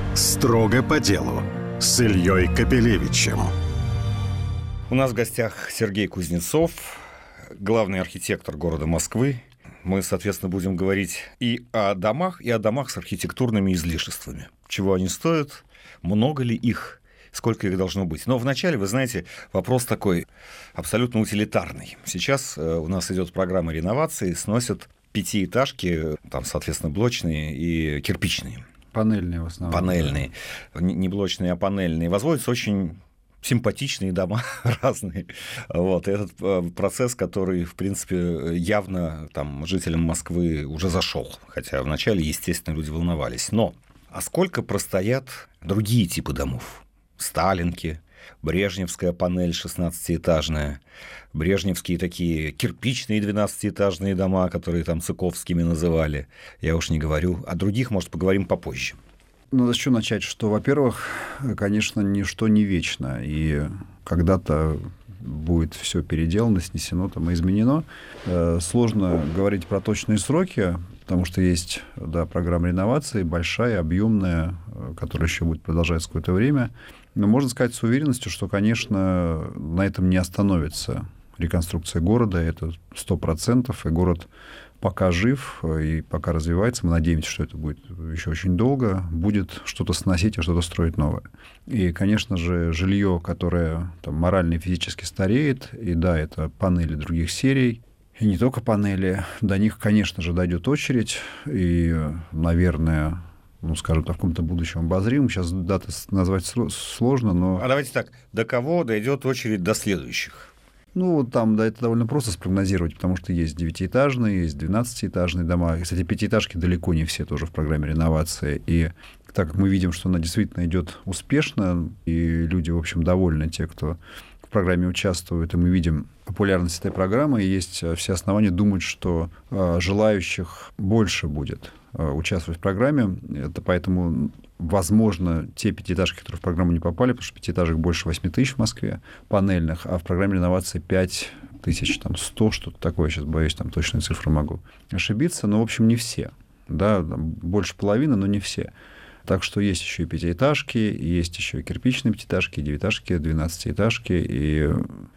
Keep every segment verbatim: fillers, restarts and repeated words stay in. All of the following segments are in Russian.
Строго по делу с Ильей Капелевичем. У нас в гостях Сергей Кузнецов, главный архитектор города Москвы. Мы, соответственно, будем говорить и о домах, и о домах с архитектурными излишествами. Чего они стоят, много ли их, сколько их должно быть. Но вначале, вы знаете, вопрос такой абсолютно утилитарный. Сейчас у нас идет программа реновации, сносят пятиэтажки, там, соответственно, блочные и кирпичные. Панельные в основном. Панельные. Да. Не блочные, а панельные. Возводятся очень симпатичные дома разные. Вот. Этот процесс, который, в принципе, явно там, жителям Москвы уже зашел. Хотя вначале, естественно, люди волновались. Но а сколько простоят другие типы домов? Сталинки, брежневская панель шестнадцатиэтажная, брежневские такие кирпичные двенадцатиэтажные дома, которые там цыковскими называли. Я уж не говорю. О других, может, поговорим попозже. Ну, с чего начать? Что, во-первых, конечно, ничто не вечно. И когда-то будет все переделано, снесено там, и изменено. Сложно говорить про точные сроки, потому что есть, да, программа реновации, большая, объемная, которая еще будет продолжаться какое-то время. Но можно сказать с уверенностью, что, конечно, на этом не остановится реконструкция города. Это сто процентов, и город пока жив и пока развивается, мы надеемся, что это будет еще очень долго, будет что-то сносить, а что-то строить новое. И, конечно же, жилье, которое там, морально и физически стареет, и да, это панели других серий, и не только панели, до них, конечно же, дойдет очередь, и, наверное, ну, скажем так, в каком-то будущем обозримом, сейчас даты назвать сложно, но... А давайте так, до кого дойдет очередь до следующих? Ну, там, да, это довольно просто спрогнозировать, потому что есть девятиэтажные, есть двенадцатиэтажные дома. И, кстати, пятиэтажки далеко не все тоже в программе реновации. И так как мы видим, что она действительно идет успешно, и люди, в общем, довольны, те, кто в программе участвует, и мы видим популярность этой программы, и есть все основания думать, что э, желающих больше будет э, участвовать в программе. Это поэтому... Возможно, те пятиэтажки, которые в программу не попали, потому что пятиэтажек больше восемь тысяч в Москве, панельных, а в программе реновации пять тысяч сто, что-то такое, сейчас боюсь, там точную цифру могу ошибиться, но, в общем, не все. Да, больше половины, но не все. Так что есть еще и пятиэтажки, есть еще и кирпичные пятиэтажки, девятиэтажки, двенадцатиэтажки, и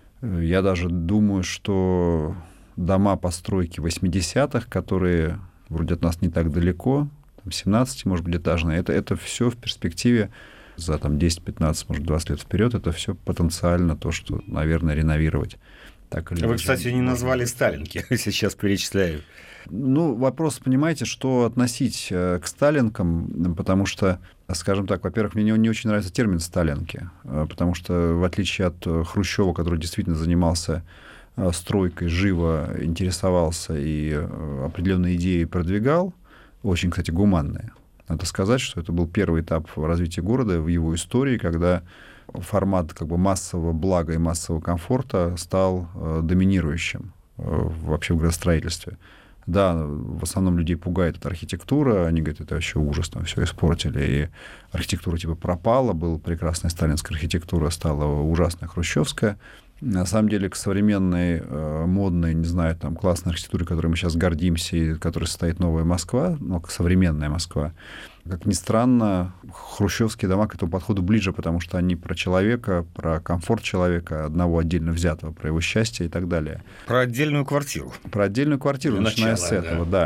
я даже думаю, что дома постройки восьмидесятых, которые вроде от нас не так далеко, семнадцать, может быть, этажные. Это, это все в перспективе за там, десять-пятнадцать, может, двадцать лет вперед. Это все потенциально то, что, наверное, реновировать. Так или Вы, кстати, не назвали сталинки, сейчас перечисляю. Ну, вопрос, понимаете, что относить к сталинкам, потому что, скажем так, во-первых, мне не очень нравится термин «сталинки», потому что, в отличие от Хрущева, который действительно занимался стройкой, живо интересовался и определенные идеи продвигал, очень, кстати, гуманные. Надо сказать, что это был первый этап развития города в его истории, когда формат как бы массового блага и массового комфорта стал э, доминирующим э, вообще в градостроительстве. Да, в основном людей пугает эта архитектура, они говорят, это вообще ужас, там все испортили, и архитектура типа пропала, была прекрасная сталинская архитектура, стала ужасная хрущевская. На самом деле, к современной, э, модной, не знаю, там, классной архитектуре, которой мы сейчас гордимся, и которой состоит новая Москва, ну, современная Москва, как ни странно, хрущевские дома к этому подходу ближе, потому что они про человека, про комфорт человека, одного отдельно взятого, про его счастье и так далее. Про отдельную квартиру. Про отдельную квартиру, Для начиная начала, с этого, да. да.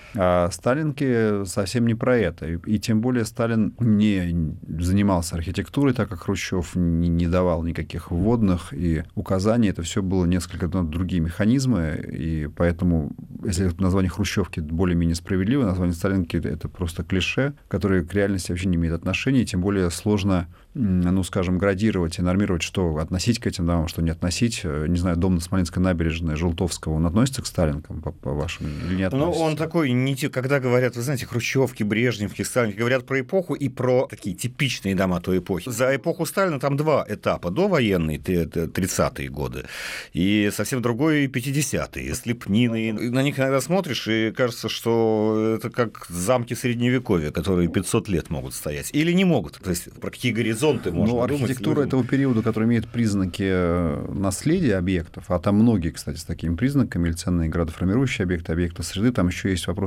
А сталинки совсем не про это. И, и тем более Сталин не занимался архитектурой, так как Хрущев не, не давал никаких вводных и указаний. Это все было несколько ну, другие механизмы. И поэтому, если название Хрущевки более-менее справедливо, название Сталинки — это просто клише, которое к реальности вообще не имеет отношения. И тем более сложно, ну, скажем, градировать и нормировать, что относить к этим домам, что не относить. Не знаю, дом на Смоленской набережной Желтовского, он относится к сталинкам, по, по вашему, или не относится? Ну, он такой, не те, когда говорят, вы знаете, хрущевки, брежневки, сталинки, говорят про эпоху и про такие типичные дома той эпохи. За эпоху Сталина там два этапа. Довоенные, тридцатые годы, и совсем другой пятидесятые, слепнины. На них иногда смотришь, и кажется, что это как замки Средневековья, которые пятьсот лет могут стоять. Или не могут. То есть, про какие горизонты можно ну, думать. Архитектура людям. Этого периода, которая имеет признаки наследия объектов, а там многие, кстати, с такими признаками, или ценные градоформирующие объекты, объекты среды, там еще есть вопрос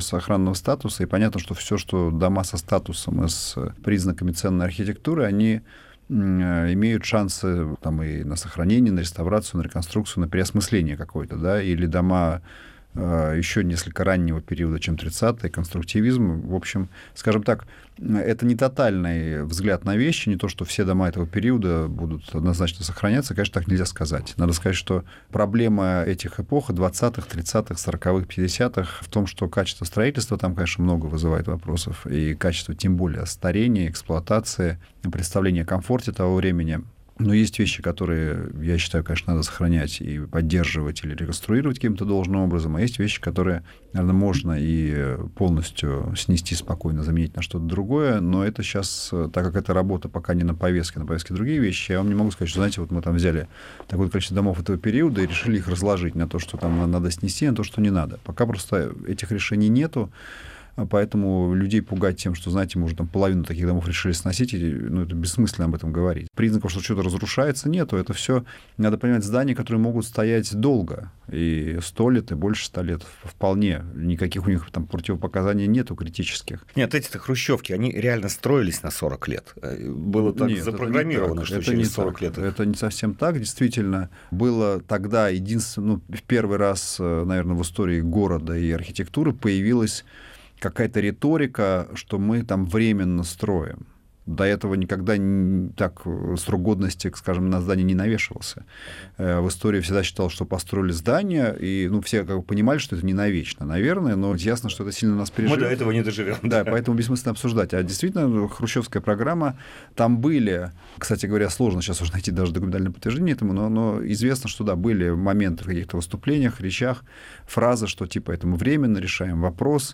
вопроса охранного статуса, и понятно, что все, что дома со статусом и с признаками ценной архитектуры, они имеют шансы там, и на сохранение, на реставрацию, на реконструкцию, на переосмысление какое-то, да, или дома еще несколько раннего периода, чем тридцатые, конструктивизм. В общем, скажем так, это не тотальный взгляд на вещи, не то, что все дома этого периода будут однозначно сохраняться, конечно, так нельзя сказать. Надо сказать, что проблема этих эпох, двадцатых, тридцатых, сороковых, пятидесятых, в том, что качество строительства там, конечно, много вызывает вопросов, и качество, тем более, старения, эксплуатации, представления о комфорте того времени. Но есть вещи, которые, я считаю, конечно, надо сохранять и поддерживать или реконструировать каким-то должным образом, а есть вещи, которые, наверное, можно и полностью снести спокойно, заменить на что-то другое, но это сейчас, так как эта работа пока не на повестке, на повестке другие вещи, я вам не могу сказать, что, знаете, вот мы там взяли такое количество домов этого периода и решили их разложить на то, что там надо снести, на то, что не надо. Пока просто этих решений нету. Поэтому людей пугать тем, что, знаете, мы уже там половину таких домов решили сносить, и, ну, это бессмысленно об этом говорить. Признаков, что что-то разрушается, нету. Это все, надо понимать, здания, которые могут стоять долго, и сто лет, и больше ста лет вполне. Никаких у них там противопоказаний нету критических. Нет, эти-то хрущевки, они реально строились на сорок лет. Было так Нет, запрограммировано, так. что это через не сорок так. лет. Это не совсем так. Действительно, было тогда единственное, ну, в первый раз, наверное, в истории города и архитектуры появилась какая-то риторика, что мы там временно строим. До этого никогда не, так срок годности, скажем, на здание не навешивался. В истории всегда считалось, что построили здание, и ну, все как бы понимали, что это не навечно, наверное, но ясно, что это сильно нас переживет. Мы до этого не доживем. Да, поэтому бессмысленно обсуждать. А действительно, хрущевская программа, там были, кстати говоря, сложно сейчас уже найти даже документальное подтверждение этому, но, но известно, что да, были моменты в каких-то выступлениях, речах, фраза, что типа это мы временно решаем вопрос,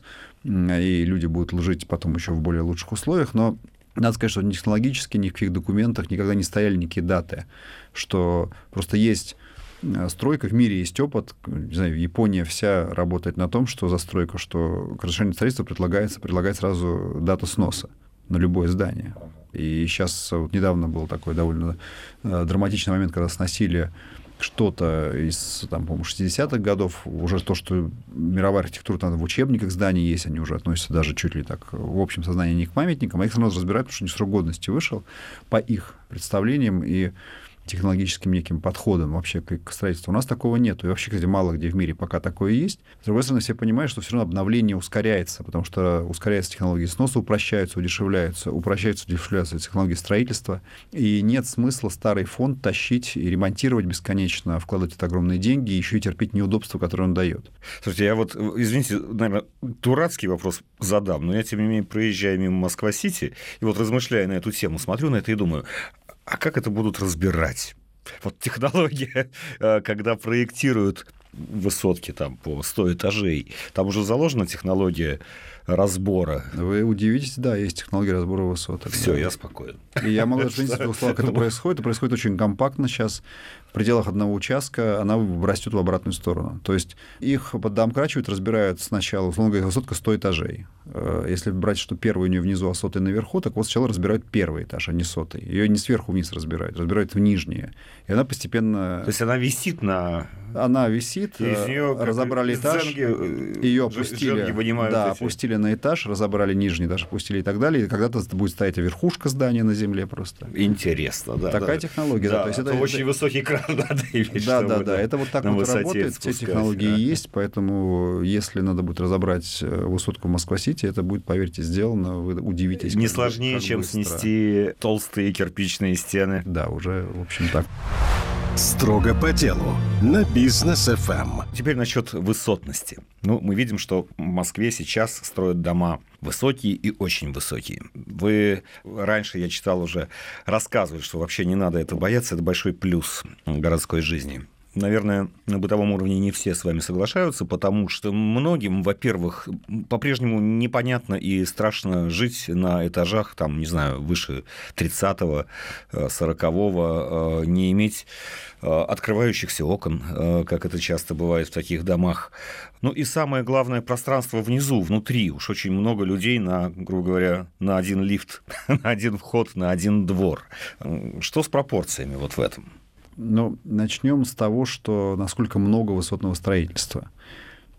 и люди будут жить потом еще в более лучших условиях, но надо сказать, что ни технологически, ни в каких документах никогда не стояли никакие даты, что просто есть стройка, в мире есть опыт, не знаю, Япония вся работает на том, что застройка, что к разрешению строительства предлагается, предлагает сразу дату сноса на любое здание. И сейчас вот недавно был такой довольно драматичный момент, когда сносили что-то из, там, по-моему, шестидесятых годов, уже то, что мировая архитектура там, в учебниках зданий есть, они уже относятся даже чуть ли так в общем сознании не к памятникам, а их сразу разбирают, потому что не срок годности вышел по их представлениям и технологическим неким подходом вообще к строительству. У нас такого нет. И вообще, кстати, мало где в мире пока такое есть. С другой стороны, все понимают, что все равно обновление ускоряется, потому что ускоряются технологии сноса, упрощаются, удешевляются, упрощаются, удешевляются технологии строительства. И нет смысла старый фонд тащить и ремонтировать бесконечно, вкладывать это огромные деньги и еще и терпеть неудобства, которые он дает. Слушайте, я вот, извините, наверное, дурацкий вопрос задам, но я, тем не менее, проезжая мимо Москва-Сити, и вот размышляя на эту тему, смотрю на это и думаю, а как это будут разбирать? Вот технология, когда проектируют высотки там по сто этажей, там уже заложена технология разбора. Вы удивитесь, да, есть технология разбора высоток. Все, да. я спокоен. И я могу даже принести в двух словах, как это происходит. Это происходит очень компактно сейчас. В пределах одного участка она растет в обратную сторону. То есть их поддомкрачивают, разбирают сначала, условно говоря, высотка сто этажей. Если брать, что первый у нее внизу, а сотый наверху, так вот сначала разбирают первый этаж, а не сотый. Ее не сверху вниз разбирают, разбирают в нижние. И она постепенно... То есть она висит на... Она висит, разобрали этаж, ее опустили, да, опустили на этаж, разобрали нижний этаж, опустили и так далее. И когда-то будет стоять верхушка здания на земле просто. Интересно, да. Такая да. технология. Да, да, то есть это, это очень это... высокий кран надо иметь. Да, да, да. Это вот так вот работает. Все технологии да. есть, поэтому если надо будет разобрать высотку в Москва-Сити, это будет, поверьте, сделано. Вы удивитесь. Не сложнее, чем быстро. Снести толстые кирпичные стены. Да, уже, в общем, так. Строго по делу на Бизнес эф эм. Теперь насчет высотности. Ну, мы видим, что в Москве сейчас строят дома высокие и очень высокие. Вы раньше, я читал, уже рассказывали, что вообще не надо это бояться, это большой плюс городской жизни. Наверное, на бытовом уровне не все с вами соглашаются, потому что многим, во-первых, по-прежнему непонятно и страшно жить на этажах, там, не знаю, выше тридцатого, сорокового, не иметь открывающихся окон, как это часто бывает в таких домах. Ну и самое главное, пространство внизу, внутри. Уж очень много людей на, грубо говоря, на один лифт, на один вход, на один двор. Что с пропорциями вот в этом? Ну, начнем с того, что насколько много высотного строительства.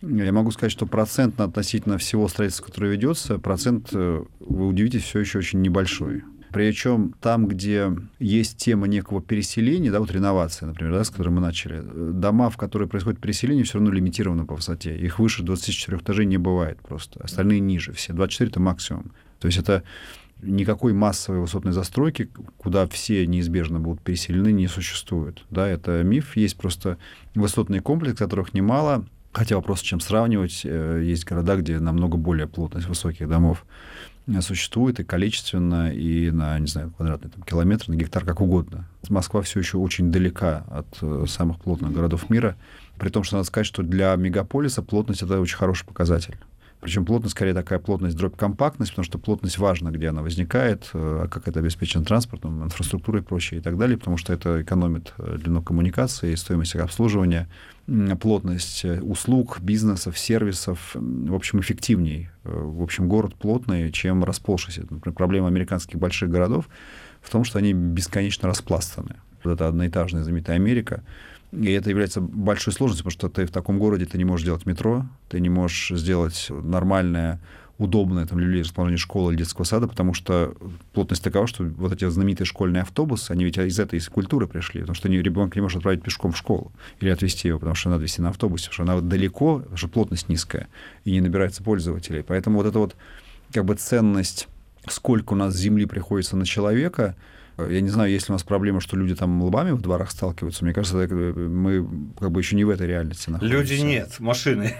Я могу сказать, что процентно относительно всего строительства, которое ведется, процент, вы удивитесь, все еще очень небольшой. Причем там, где есть тема некого переселения, да, вот реновация, например, да, с которой мы начали, дома, в которые происходит переселение, все равно лимитированы по высоте. Их выше двадцати четырёх этажей не бывает просто. Остальные ниже все. двадцать четыре — это максимум. То есть это никакой массовой высотной застройки, куда все неизбежно будут переселены, не существует. Да, это миф. Есть просто высотные комплексы, которых немало. Хотя вопрос, с чем сравнивать. Есть города, где намного более плотность высоких домов существует и количественно, и на, не знаю, квадратный там, километр, на гектар, как угодно. Москва все еще очень далека от самых плотных городов мира, при том, что надо сказать, что для мегаполиса плотность — это очень хороший показатель. Причем плотность, скорее, такая плотность дробь компактность, потому что плотность важна, где она возникает, как это обеспечено транспортом, инфраструктурой и прочее, и так далее, потому что это экономит длину коммуникации, стоимость их обслуживания, плотность услуг, бизнесов, сервисов, в общем, эффективней. В общем, город плотный, чем расползшийся. Например, проблема американских больших городов в том, что они бесконечно распластаны. Вот это одноэтажная знаменитая Америка. И это является большой сложностью, потому что ты в таком городе ты не можешь делать метро, ты не можешь сделать нормальное, удобное там, для людей расположение школы или детского сада, потому что плотность такова, что вот эти знаменитые школьные автобусы, они ведь из этой из культуры пришли, потому что ребенка не может отправить пешком в школу или отвезти его, потому что надо везти на автобусе, потому что она вот далеко, потому что плотность низкая, и не набирается пользователей. Поэтому вот эта вот как бы ценность, сколько у нас земли приходится на человека. Я не знаю, есть ли у нас проблема, что люди там лбами в дворах сталкиваются. Мне кажется, мы как бы еще не в этой реальности находимся. Люди нет, машины.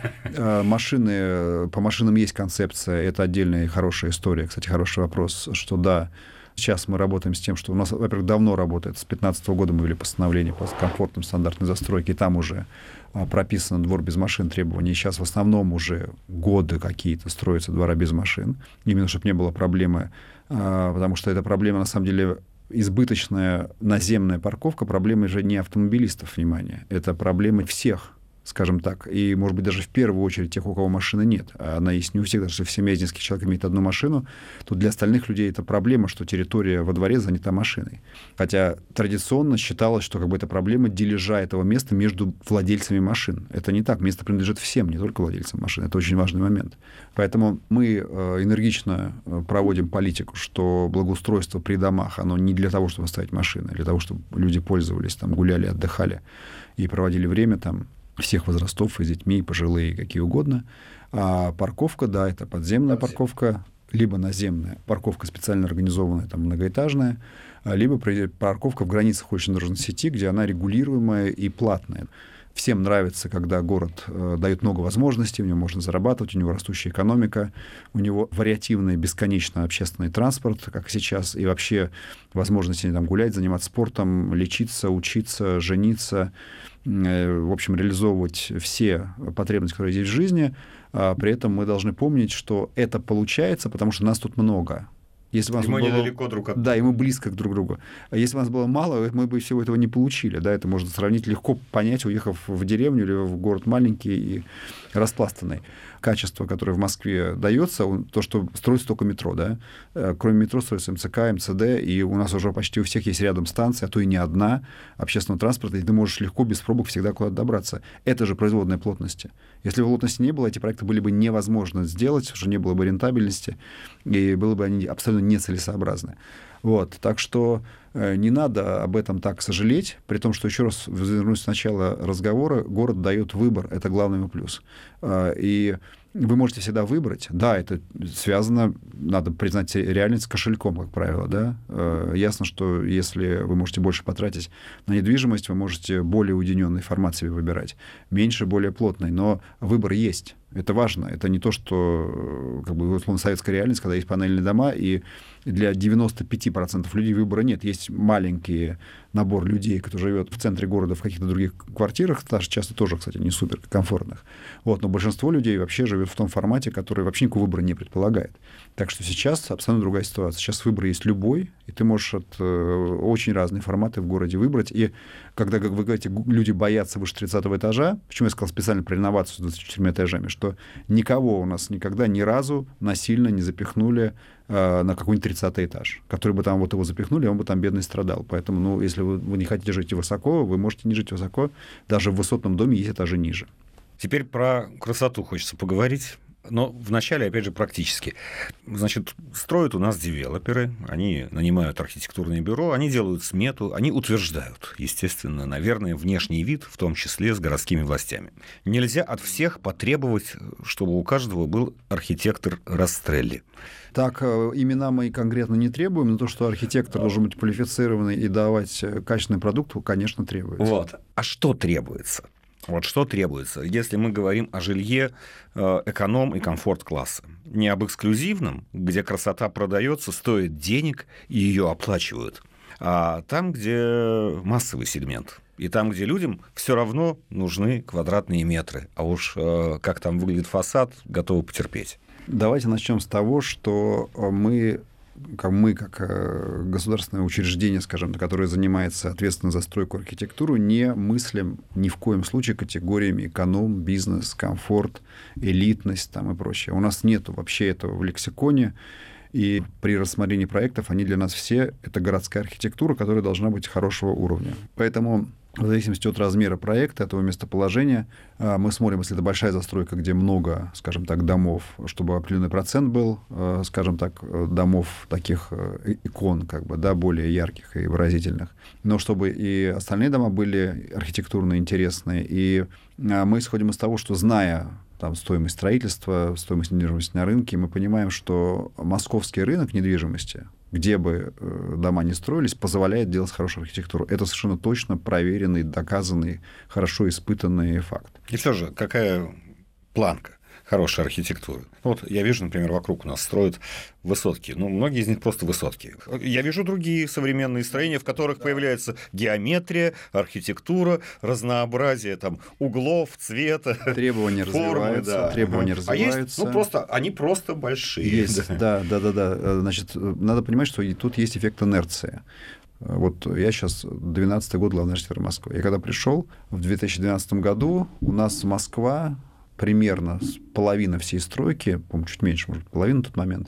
Машины, по машинам есть концепция, это отдельная хорошая история. Кстати, хороший вопрос, что да, сейчас мы работаем с тем, что у нас, во-первых, давно работает, с две тысячи пятнадцатого года мы ввели постановление по комфортным стандартной застройке, и там уже прописано двор без машин требования. И сейчас в основном уже годы какие-то строятся двора без машин, именно чтобы не было проблемы, потому что эта проблема, на самом деле, избыточная наземная парковка, проблема же не автомобилистов, внимание, это проблема всех, скажем так, и, может быть, даже в первую очередь тех, у кого машины нет. А она есть не у всех, даже если в семье один человек имеет одну машину, то для остальных людей это проблема, что территория во дворе занята машиной. Хотя традиционно считалось, что как бы это проблема дележа этого места между владельцами машин. Это не так. Место принадлежит всем, не только владельцам машин. Это очень важный момент. Поэтому мы энергично проводим политику, что благоустройство при домах, оно не для того, чтобы ставить машины, а для того, чтобы люди пользовались, там, гуляли, отдыхали и проводили время там, всех возрастов, и с детьми, и пожилые, и какие угодно. А парковка, да, это подземная парковка, либо наземная парковка специально организованная, там, многоэтажная, либо парковка в границах улично-дорожной сети, где она регулируемая и платная. Всем нравится, когда город э, дает много возможностей, в нем можно зарабатывать, у него растущая экономика, у него вариативный, бесконечно общественный транспорт, как сейчас, и вообще возможности там, гулять, заниматься спортом, лечиться, учиться, жениться, э, в общем, реализовывать все потребности, которые есть в жизни. А при этом мы должны помнить, что это получается, потому что нас тут много. Если бы и мы было... недалеко друг от друга. Да, и мы близко друг к другу. А если бы нас было мало, мы бы всего этого не получили. Да, это можно сравнить, легко понять, уехав в деревню или в город маленький и распластанный. Качество, которое в Москве дается, то, что строится только метро, да. Кроме метро строится эм цэ ка, эм цэ дэ, и у нас уже почти у всех есть рядом станция, а то и не одна общественного транспорта, и ты можешь легко, без пробок всегда куда-то добраться. Это же производная плотности. Если бы плотности не было, эти проекты были бы невозможно сделать, уже не было бы рентабельности, и было бы они абсолютно нецелесообразны. Вот, так что э, не надо об этом так сожалеть, при том, что, еще раз вернусь с начала разговора, город дает выбор, это главный его плюс. Э, и вы можете всегда выбрать. Да, это связано, надо признать реальность, с кошельком, как правило. Да? Э, ясно, что если вы можете больше потратить на недвижимость, вы можете более уединенный формат себе выбирать, меньше, более плотный, но выбор есть. Это важно. Это не то, что как бы, условно, советская реальность, когда есть панельные дома, и для девяноста пяти процентов людей выбора нет. Есть маленький набор людей, кто живет в центре города в каких-то других квартирах, даже часто тоже, кстати, не супер комфортных. Вот, но большинство людей вообще живет в том формате, который вообще никакого выбора не предполагает. Так что сейчас абсолютно другая ситуация. Сейчас выбор есть любой, и ты можешь от, э, очень разные форматы в городе выбрать. И когда, как вы говорите, люди боятся выше тридцатого этажа, почему я сказал специально про реновацию с двадцатью четырьмя этажами, что никого у нас никогда ни разу насильно не запихнули э, на какой-нибудь тридцатый этаж, который бы там вот его запихнули, он бы там бедный страдал. Поэтому, ну, если вы, вы не хотите жить высоко, вы можете не жить высоко. Даже в высотном доме есть этажи ниже. Теперь про красоту хочется поговорить. Но вначале, опять же, практически. Значит, строят у нас девелоперы, они нанимают архитектурное бюро, они делают смету, они утверждают, естественно, наверное, внешний вид, в том числе с городскими властями. Нельзя от всех потребовать, чтобы у каждого был архитектор Растрелли. Так, имена мы конкретно не требуем, но то, что архитектор должен быть квалифицированный и давать качественный продукт, конечно, требуется. Вот. А что требуется? Вот что требуется, если мы говорим о жилье эконом- и комфорт-класса. Не об эксклюзивном, где красота продается, стоит денег и ее оплачивают, а там, где массовый сегмент. И там, где людям все равно нужны квадратные метры. А уж как там выглядит фасад, готовы потерпеть. Давайте начнем с того, что мы... как мы, как государственное учреждение, скажем, которое занимается ответственно за стройку, архитектуру, не мыслим ни в коем случае категориями эконом, бизнес, комфорт, элитность там и прочее. У нас нет вообще этого в лексиконе, и при рассмотрении проектов они для нас все — это городская архитектура, которая должна быть хорошего уровня. Поэтому в зависимости от размера проекта, этого местоположения, мы смотрим, если это большая застройка, где много, скажем так, домов, чтобы определенный процент был, скажем так, домов таких икон, как бы, да, более ярких и выразительных, но чтобы и остальные дома были архитектурно интересные. И мы исходим из того, что, зная там стоимость строительства, стоимость недвижимости на рынке, мы понимаем, что московский рынок недвижимости, где бы дома не строились, позволяет делать хорошую архитектуру. Это совершенно точно проверенный, доказанный, хорошо испытанный факт. И все же, какая планка хорошей архитектуры? Вот я вижу, например, вокруг у нас строят высотки. Ну, многие из них просто высотки. Я вижу другие современные строения, в которых появляется геометрия, архитектура, разнообразие там углов, цвета, требования формы, развиваются, да. требования развиваются. А есть, ну, просто, они просто большие. Есть, да, да, да, да. Значит, надо понимать, что тут есть эффект инерции. Вот я сейчас двенадцатый год главный архитектор Москвы. Я когда пришел в две тысячи двенадцатом году, у нас Москва примерно половина всей стройки, по-моему, чуть меньше, может, половина в тот момент,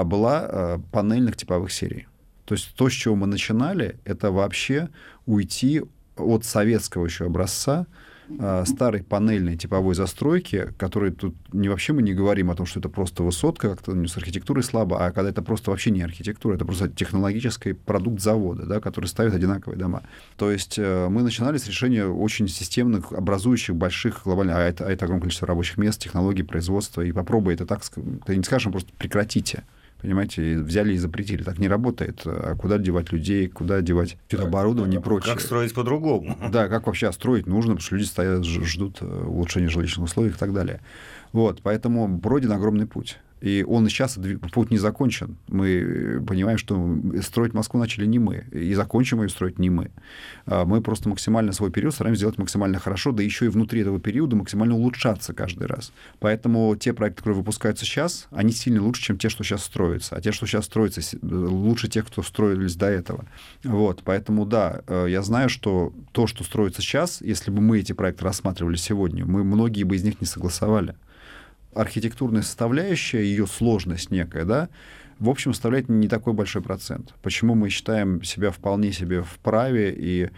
была панельных типовых серий. То есть то, с чего мы начинали, это вообще уйти от советского еще образца, старой панельной типовой застройки, которой тут не вообще мы не говорим о том, что это просто высотка, как-то с архитектурой слабо, а когда это просто вообще не архитектура, это просто технологический продукт завода, да, который ставит одинаковые дома. То есть мы начинали с решения очень системных, образующих больших глобальных, а это, а это огромное количество рабочих мест, технологий, производства, и попробуй это так, ты не скажешь, просто прекратите. Понимаете, взяли и запретили. Так не работает. А куда девать людей, куда девать оборудование и прочее. Как строить по-другому? Да, как вообще строить нужно, потому что люди стоят, ждут улучшения жилищных условий и так далее. Вот, поэтому пройден огромный путь. И он и сейчас, путь не закончен. Мы понимаем, что строить Москву начали не мы, и закончим ее строить не мы. Мы просто максимально свой период стараемся сделать максимально хорошо, да еще и внутри этого периода максимально улучшаться каждый раз. Поэтому те проекты, которые выпускаются сейчас, они сильно лучше, чем те, что сейчас строятся. А те, что сейчас строятся, лучше тех, кто строились до этого. Вот, поэтому да, я знаю, что то, что строится сейчас, если бы мы эти проекты рассматривали сегодня, мы многие бы из них не согласовали. Архитектурная составляющая, ее сложность некая, да, в общем, составляет не такой большой процент. Почему мы считаем себя вполне себе вправе и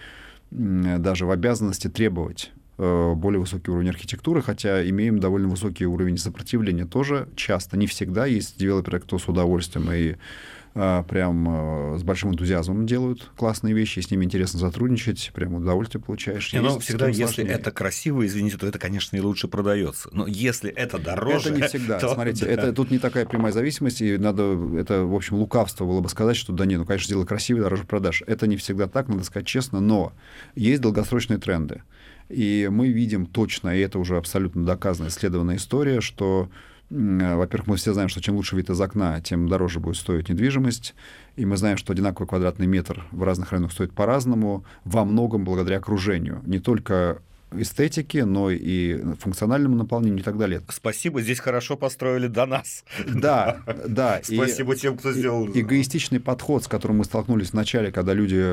даже в обязанности требовать более высокий уровень архитектуры, хотя имеем довольно высокий уровень сопротивления тоже часто, не всегда. Есть девелоперы, кто с удовольствием и а, прям а, с большим энтузиазмом делают классные вещи, и с ними интересно сотрудничать, прям удовольствие получаешь. Не, ну, всегда, если это красиво, извините, то это, конечно, и лучше продается. Но если это дороже... Это не всегда. То... Смотрите, это, тут не такая прямая зависимость, и надо... Это, в общем, лукавство было бы сказать, что да не, ну, конечно, дело красивее, дороже продаж. Это не всегда так, надо сказать честно, но есть долгосрочные тренды. И мы видим точно, и это уже абсолютно доказанная, исследованная история, что, во-первых, мы все знаем, что чем лучше вид из окна, тем дороже будет стоить недвижимость. И мы знаем, что одинаковый квадратный метр в разных районах стоит по-разному, во многом благодаря окружению. Не только эстетике, но и функциональному наполнению и так далее. Спасибо, здесь хорошо построили до нас. Да, да. Спасибо тем, кто сделал. Эгоистичный подход, с которым мы столкнулись в начале, когда люди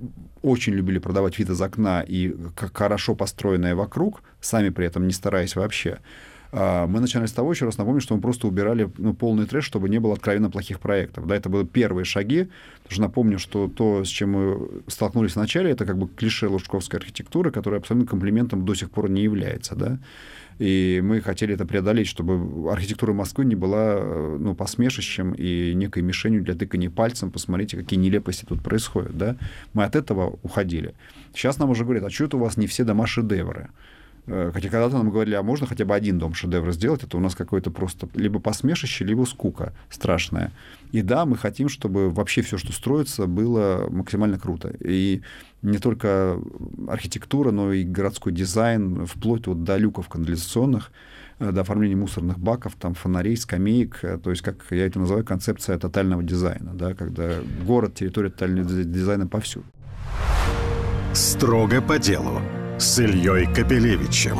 очень любили продавать вид из окна и хорошо построенное вокруг, сами при этом не стараясь вообще, Мы начинали с того, еще раз напомню, что мы просто убирали ну, полный трэш, чтобы не было откровенно плохих проектов. Да, это были первые шаги. Потому что напомню, что то, с чем мы столкнулись вначале, это как бы клише лужковской архитектуры, которая абсолютно комплиментом до сих пор не является. Да? И мы хотели это преодолеть, чтобы архитектура Москвы не была ну, посмешищем и некой мишенью для тыкания пальцем. Посмотрите, какие нелепости тут происходят. Да? Мы от этого уходили. Сейчас нам уже говорят, а что это у вас не все дома шедевры? Хотя когда-то нам говорили, а можно хотя бы один дом шедевр сделать, это у нас какое-то просто либо посмешище, либо скука страшная. И да, мы хотим, чтобы вообще все, что строится, было максимально круто. И не только архитектура, но и городской дизайн, вплоть вот до люков канализационных, до оформления мусорных баков, там, фонарей, скамеек. То есть, как я это называю, концепция тотального дизайна, да, когда город, территория тотального дизайна повсюду. Строго по делу. С Ильей Капелевичем.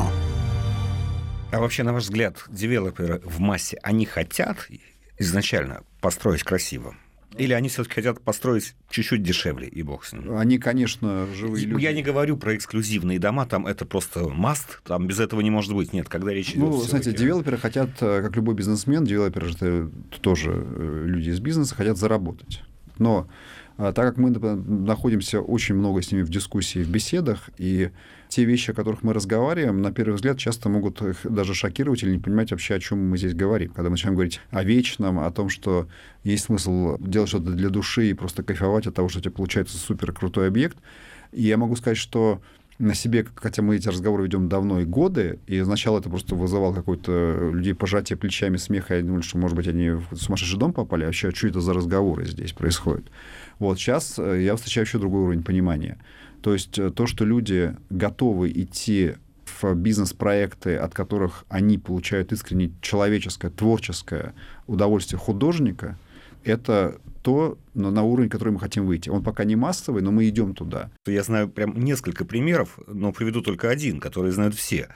А вообще, на ваш взгляд, девелоперы в массе, они хотят изначально построить красиво? Или они все-таки хотят построить чуть-чуть дешевле, и бог с ним? Они, конечно, живые люди. Я не говорю про эксклюзивные дома, там это просто must, там без этого не может быть. Нет, когда речь идет... Ну, знаете, девелоперы хотят, как любой бизнесмен, девелоперы же тоже люди из бизнеса, хотят заработать. Но так как мы находимся очень много с ними в дискуссии, в беседах, и те вещи, о которых мы разговариваем, на первый взгляд, часто могут их даже шокировать или не понимать вообще, о чем мы здесь говорим. Когда мы начинаем говорить о вечном, о том, что есть смысл делать что-то для души и просто кайфовать от того, что у тебя получается супер крутой объект. И я могу сказать, что на себе, хотя мы эти разговоры ведем давно и годы, и сначала это просто вызывало какое-то людей пожатие плечами, смех, и я думал, что, может быть, они в сумасшедший дом попали, а вообще, что это за разговоры здесь происходят. Вот сейчас я встречаю еще другой уровень понимания. То есть то, что люди готовы идти в бизнес-проекты, от которых они получают искренне человеческое, творческое удовольствие художника, это то, на уровень, который мы хотим выйти. Он пока не массовый, но мы идем туда. Я знаю прям несколько примеров, но приведу только один, который знают все.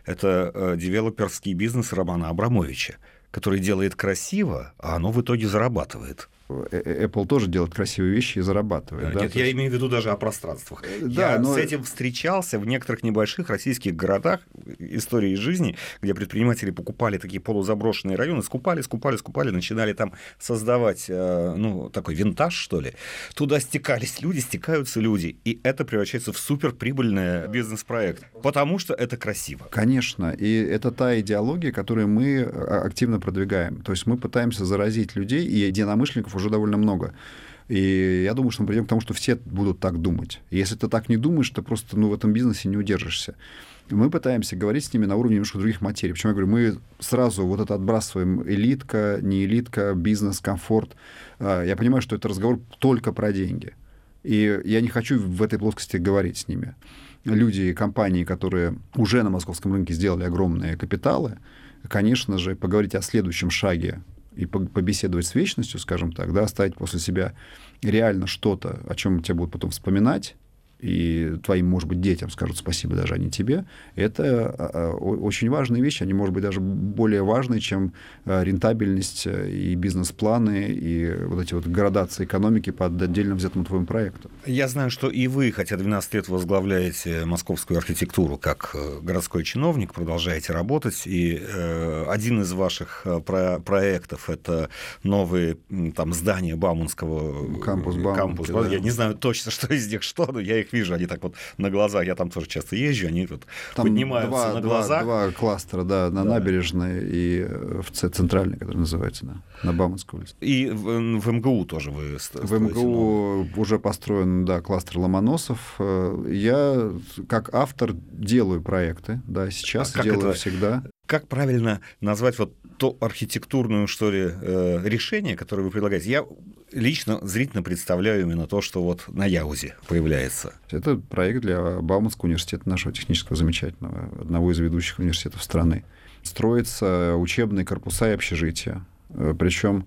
Это девелоперский бизнес Романа Абрамовича, который делает красиво, а оно в итоге зарабатывает. Apple тоже делает красивые вещи и зарабатывает. Нет, да, я есть... имею в виду даже о пространствах. Да, я но... с этим встречался в некоторых небольших российских городах, истории жизни, где предприниматели покупали такие полузаброшенные районы, скупали, скупали, скупали, начинали там создавать, ну, такой винтаж, что ли. Туда стекались люди, стекаются люди, и это превращается в суперприбыльный бизнес-проект, потому что это красиво. Конечно, и это та идеология, которую мы активно продвигаем. То есть мы пытаемся заразить людей, и единомышленников уже довольно много. И я думаю, что мы придем к тому, что все будут так думать. И если ты так не думаешь, то просто ну, в этом бизнесе не удержишься. Мы пытаемся говорить с ними на уровне немножко других материй. Почему я говорю, мы сразу вот это отбрасываем элитка, не элитка, бизнес, комфорт. Я понимаю, что это разговор только про деньги. И я не хочу в этой плоскости говорить с ними. Люди, компании, которые уже на московском рынке сделали огромные капиталы, конечно же, поговорить о следующем шаге и побеседовать с вечностью, скажем так, да, оставить после себя реально что-то, о чем тебя будут потом вспоминать, и твоим, может быть, детям скажут спасибо даже, а не тебе, это очень важные вещи, они, может быть, даже более важные, чем рентабельность и бизнес-планы, и вот эти вот градации экономики по отдельно взятому твоему проекту. Я знаю, что и вы, хотя двенадцать лет возглавляете московскую архитектуру как городской чиновник, продолжаете работать, и один из ваших про- проектов — это новые там здания Бауманского кампус Бауманки, кампус. да. Я не знаю точно, что из них что, но я их вижу, они так вот на глазах, я там тоже часто езжу, они вот там поднимаются два, на два, глазах. Два кластера, да, на да. набережной и в центральной, который называется, да, на Бауманской улице. И в, в МГУ тоже вы строите. В МГУ новый. Уже построен, да, кластер Ломоносов. Я, как автор, делаю проекты, да, сейчас а делаю это, всегда. Как правильно назвать вот то архитектурную, что ли, решение, которое вы предлагаете? Я лично зрительно представляю именно то, что вот на Яузе появляется. Это проект для Бауманского университета, нашего технического замечательного, одного из ведущих университетов страны. Строятся учебные корпуса и общежития. Причем,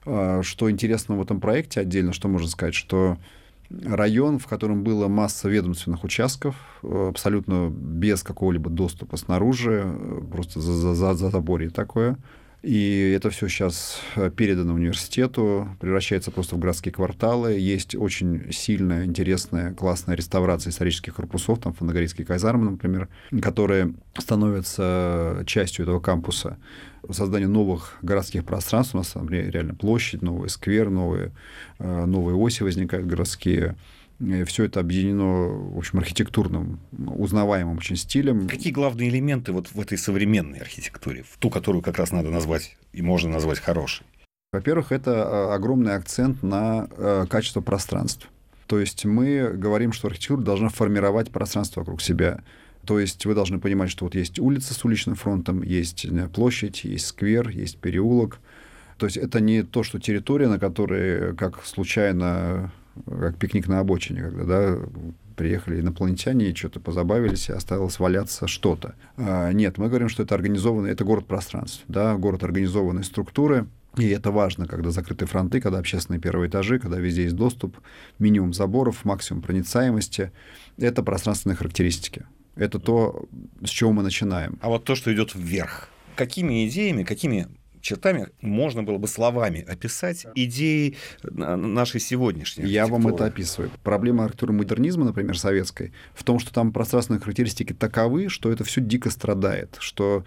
что интересно в этом проекте отдельно, что можно сказать, что район, в котором была масса ведомственных участков, абсолютно без какого-либо доступа снаружи, просто за, за, за заборье такое, И это все сейчас передано университету, превращается просто в городские кварталы. Есть очень сильная, интересная, классная реставрация исторических корпусов, там Фанагорийские казармы, например, которые становятся частью этого кампуса. Создание новых городских пространств, у нас там реально площадь, новый сквер, новые, новые оси возникают городские. Все это объединено, в общем, архитектурным, узнаваемым очень стилем. Какие главные элементы вот в этой современной архитектуре, в ту, которую как раз надо назвать и можно назвать хорошей? Во-первых, это огромный акцент на качество пространств. То есть мы говорим, что архитектура должна формировать пространство вокруг себя. То есть вы должны понимать, что вот есть улица с уличным фронтом, есть площадь, есть сквер, есть переулок. То есть это не то, что территория, на которой, как случайно, как пикник на обочине, когда, да, приехали инопланетяне и что-то позабавились, и осталось валяться что-то. А, нет, мы говорим, что это организованный, это город пространств, да, город организованной структуры, и это важно, когда закрыты фронты, когда общественные первые этажи, когда везде есть доступ, минимум заборов, максимум проницаемости. Это пространственные характеристики. Это то, с чего мы начинаем. А вот то, что идет вверх, какими идеями, какими чертами можно было бы словами описать идеи нашей сегодняшней архитектуры? Я вам это описываю. Проблема архитектуры модернизма, например, советской, в том, что там пространственные характеристики таковы, что это все дико страдает. Что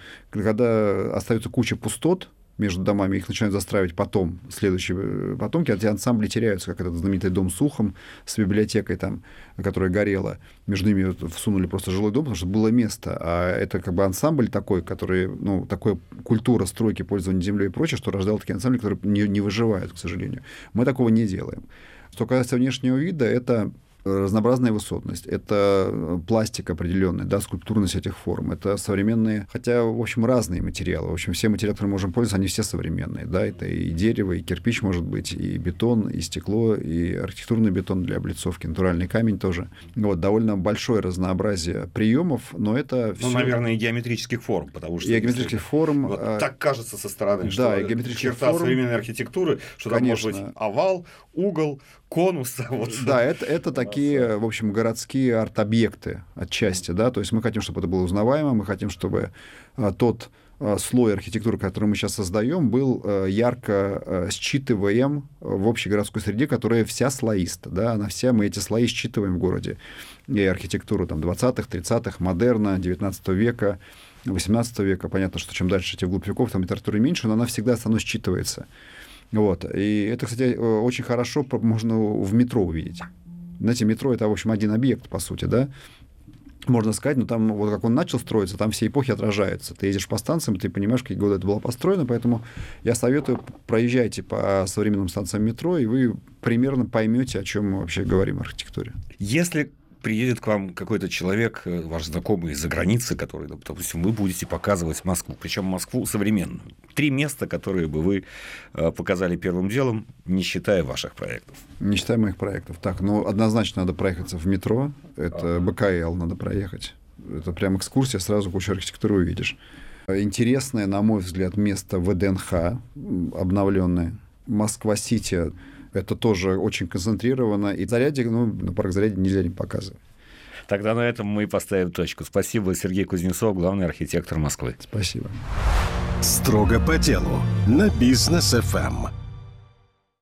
когда остается куча пустот между домами, их начинают застраивать потом, следующие потомки, а эти ансамбли теряются, как этот знаменитый дом с Ухом, с библиотекой, там, которая горела. Между ними всунули просто жилой дом, потому что было место. А это как бы ансамбль такой, который, ну, такая культура стройки, пользования землей и прочее, что рождал такие ансамбли, которые не, не выживают, к сожалению. Мы такого не делаем. Что касается внешнего вида, это разнообразная высотность, это пластик определенный, да, скульптурность этих форм, это современные, хотя, в общем, разные материалы. В общем, все материалы, которые мы можем пользоваться, они все современные, да, это и дерево, и кирпич, может быть, и бетон, и стекло, и архитектурный бетон для облицовки, натуральный камень тоже. Вот, довольно большое разнообразие приемов, но это ну, все... наверное, и геометрических форм, потому что... И геометрических форм... Вот а... так кажется со стороны, да, что и геометрических черта форм... современной архитектуры, что Конечно. там может быть овал, угол, конус. Вот. Да, это, это такие, в общем, городские арт-объекты отчасти, да, то есть мы хотим, чтобы это было узнаваемо, мы хотим, чтобы а, тот а, слой архитектуры, который мы сейчас создаем, был а, ярко а, считываем в общей городской среде, которая вся слоиста, да, она вся, мы эти слои считываем в городе, и архитектуру там двадцатых, тридцатых, модерна, девятнадцатого века, восемнадцатого века, понятно, что чем дальше, тем вглубь веков, там литературы меньше, но она всегда со мной считывается. Вот. И это, кстати, очень хорошо можно в метро увидеть. Знаете, метро — это, в общем, один объект, по сути, да, можно сказать, но там, вот как он начал строиться, там все эпохи отражаются. Ты едешь по станциям, ты понимаешь, в какие годы это было построено, поэтому я советую, проезжайте по современным станциям метро, и вы примерно поймете, о чем мы вообще говорим в архитектуре. Если приедет к вам какой-то человек, ваш знакомый из-за границы, который, допустим, вы будете показывать Москву, причем Москву современную. Три места, которые бы вы показали первым делом, не считая ваших проектов. Не считая моих проектов. Так, ну, однозначно надо проехаться в метро. Это а. БКЛ надо проехать. Это прям экскурсия, сразу кучу архитектуры увидишь. Интересное, на мой взгляд, место ВДНХ обновленное. Москва-Сити. Это тоже очень концентрировано. И Зарядье, ну, на парк Зарядье нельзя не показывать. Тогда на этом мы и поставим точку. Спасибо, Сергей Кузнецов, главный архитектор Москвы. Спасибо. Строго по делу на Бизнес эф эм.